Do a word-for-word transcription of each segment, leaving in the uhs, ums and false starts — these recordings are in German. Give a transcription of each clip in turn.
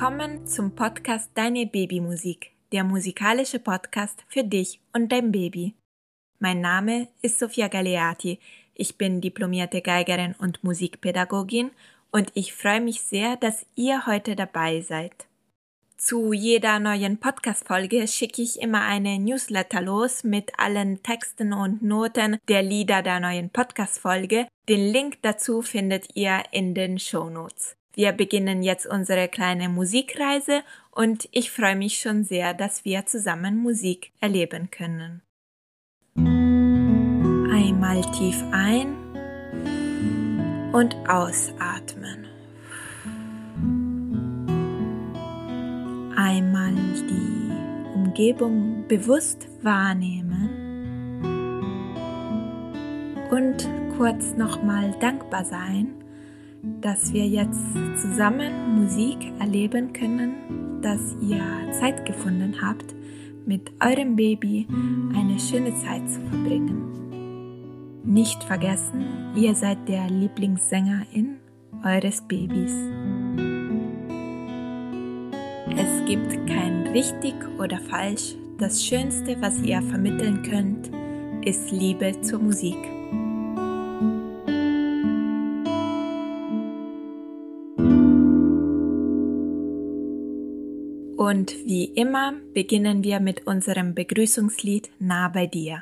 Willkommen zum Podcast Deine Babymusik, der musikalische Podcast für dich und dein Baby. Mein Name ist Sofia Galeati, ich bin diplomierte Geigerin und Musikpädagogin und ich freue mich sehr, dass ihr heute dabei seid. Zu jeder neuen Podcast-Folge schicke ich immer eine Newsletter los mit allen Texten und Noten der Lieder der neuen Podcast-Folge. Den Link dazu findet ihr in den Shownotes. Wir beginnen jetzt unsere kleine Musikreise und ich freue mich schon sehr, dass wir zusammen Musik erleben können. Einmal tief ein und ausatmen. Einmal die Umgebung bewusst wahrnehmen und kurz nochmal dankbar sein, dass wir jetzt zusammen Musik erleben können, dass ihr Zeit gefunden habt, mit eurem Baby eine schöne Zeit zu verbringen. Nicht vergessen, ihr seid der Lieblingssängerin eures Babys. Es gibt kein richtig oder falsch. Das Schönste, was ihr vermitteln könnt, ist Liebe zur Musik. Und wie immer beginnen wir mit unserem Begrüßungslied Nah bei dir.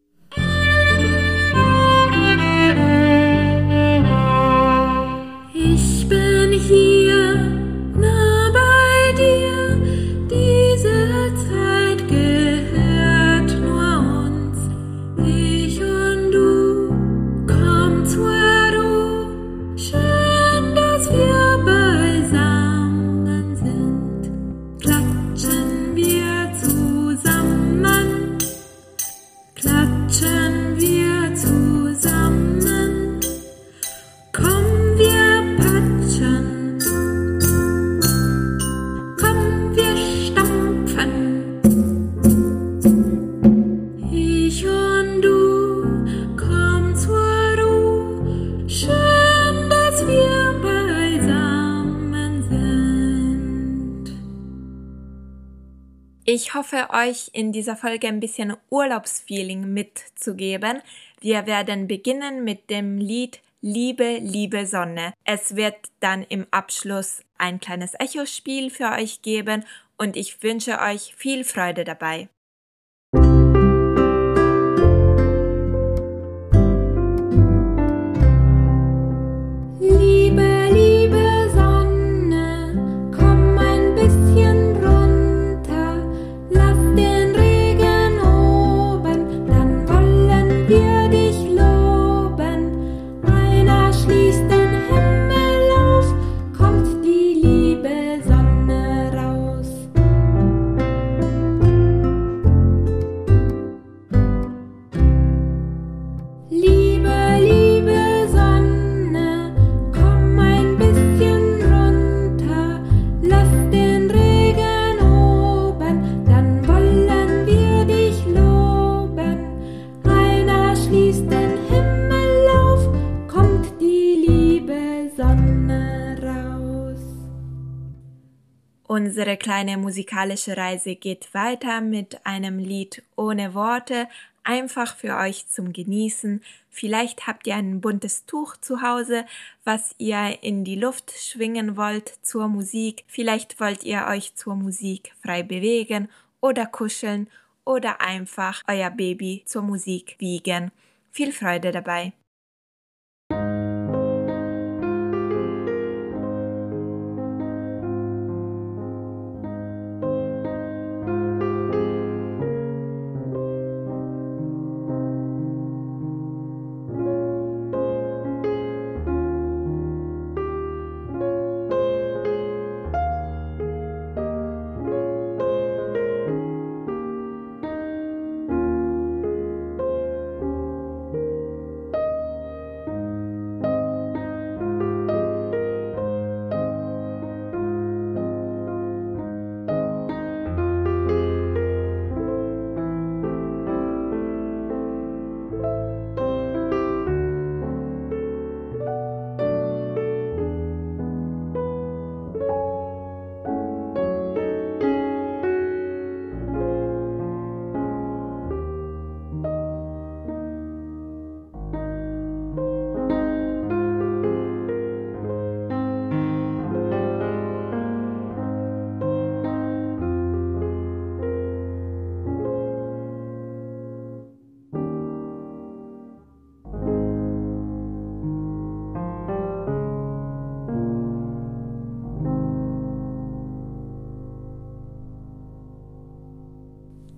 Ich bin hier, nah bei dir, diese Zeit gehört nur uns. Ich und du, komm zur Ruhe, schön, dass wir beisammen sind. Klatschen wir zusammen, klatschen wir zusammen, komm wir patschen, komm wir stampfen. Ich und du, komm zur Ruhe, schön, dass wir beisammen sind. Ich hoffe, euch in dieser Folge ein bisschen Urlaubsfeeling mitzugeben. Wir werden beginnen mit dem Lied Liebe, liebe Sonne. Es wird dann im Abschluss ein kleines Echospiel für euch geben und ich wünsche euch viel Freude dabei. Liebe, liebe Sonne, komm ein bisschen runter, lass den Regen oben, dann wollen wir dich loben. Einer schließt den Himmel auf, kommt die liebe Sonne raus. Liebe, liebe Sonne, komm ein bisschen runter, lass den Regen oben, dann wollen wir dich loben. Einer schließt den Himmel auf, kommt die liebe Sonne raus. Unsere kleine musikalische Reise geht weiter mit einem Lied ohne Worte, einfach für euch zum Genießen. Vielleicht habt ihr ein buntes Tuch zu Hause, was ihr in die Luft schwingen wollt zur Musik. Vielleicht wollt ihr euch zur Musik frei bewegen oder kuscheln oder einfach euer Baby zur Musik wiegen. Viel Freude dabei!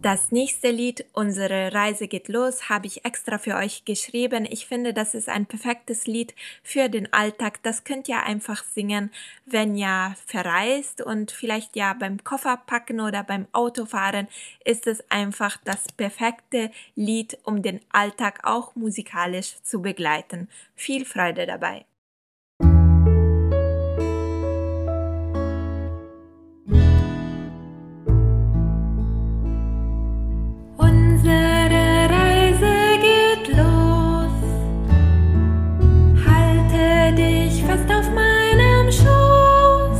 Das nächste Lied, Unsere Reise geht los, habe ich extra für euch geschrieben. Ich finde, das ist ein perfektes Lied für den Alltag. Das könnt ihr einfach singen, wenn ihr verreist und vielleicht ja beim Kofferpacken oder beim Autofahren ist es einfach das perfekte Lied, um den Alltag auch musikalisch zu begleiten. Viel Freude dabei! Unsere Reise geht los. Halte dich fest auf meinem Schoß.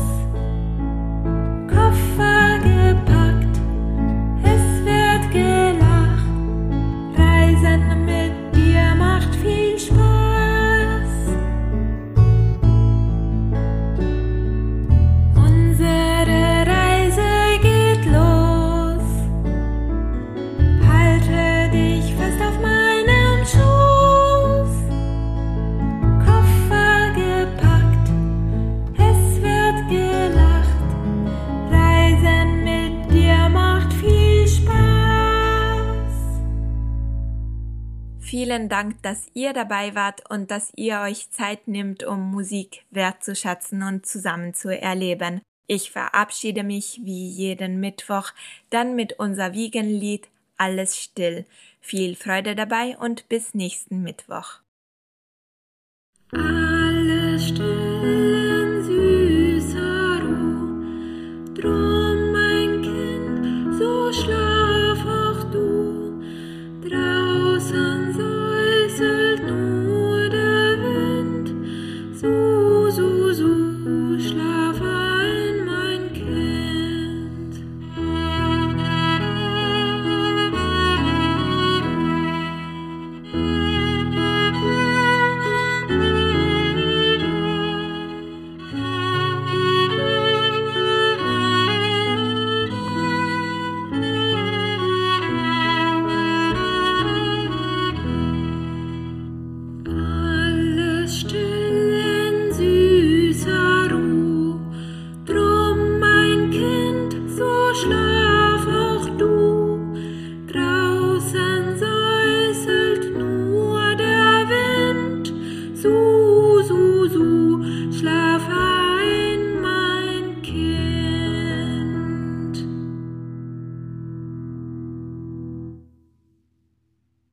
Koffer gepackt, es wird gelacht. Reisen mit dir macht viel Spaß. Unsere Reise geht los. Halte dich fest auf meinem Schoß. Koffer gepackt, es wird gelacht. Reisen mit dir macht viel Spaß. Vielen Dank, dass ihr dabei wart und dass ihr euch Zeit nimmt, um Musik wertzuschätzen und zusammen zu erleben. Ich verabschiede mich wie jeden Mittwoch dann mit unser Wiegenlied Alles still. Viel Freude dabei und bis nächsten Mittwoch. Ah.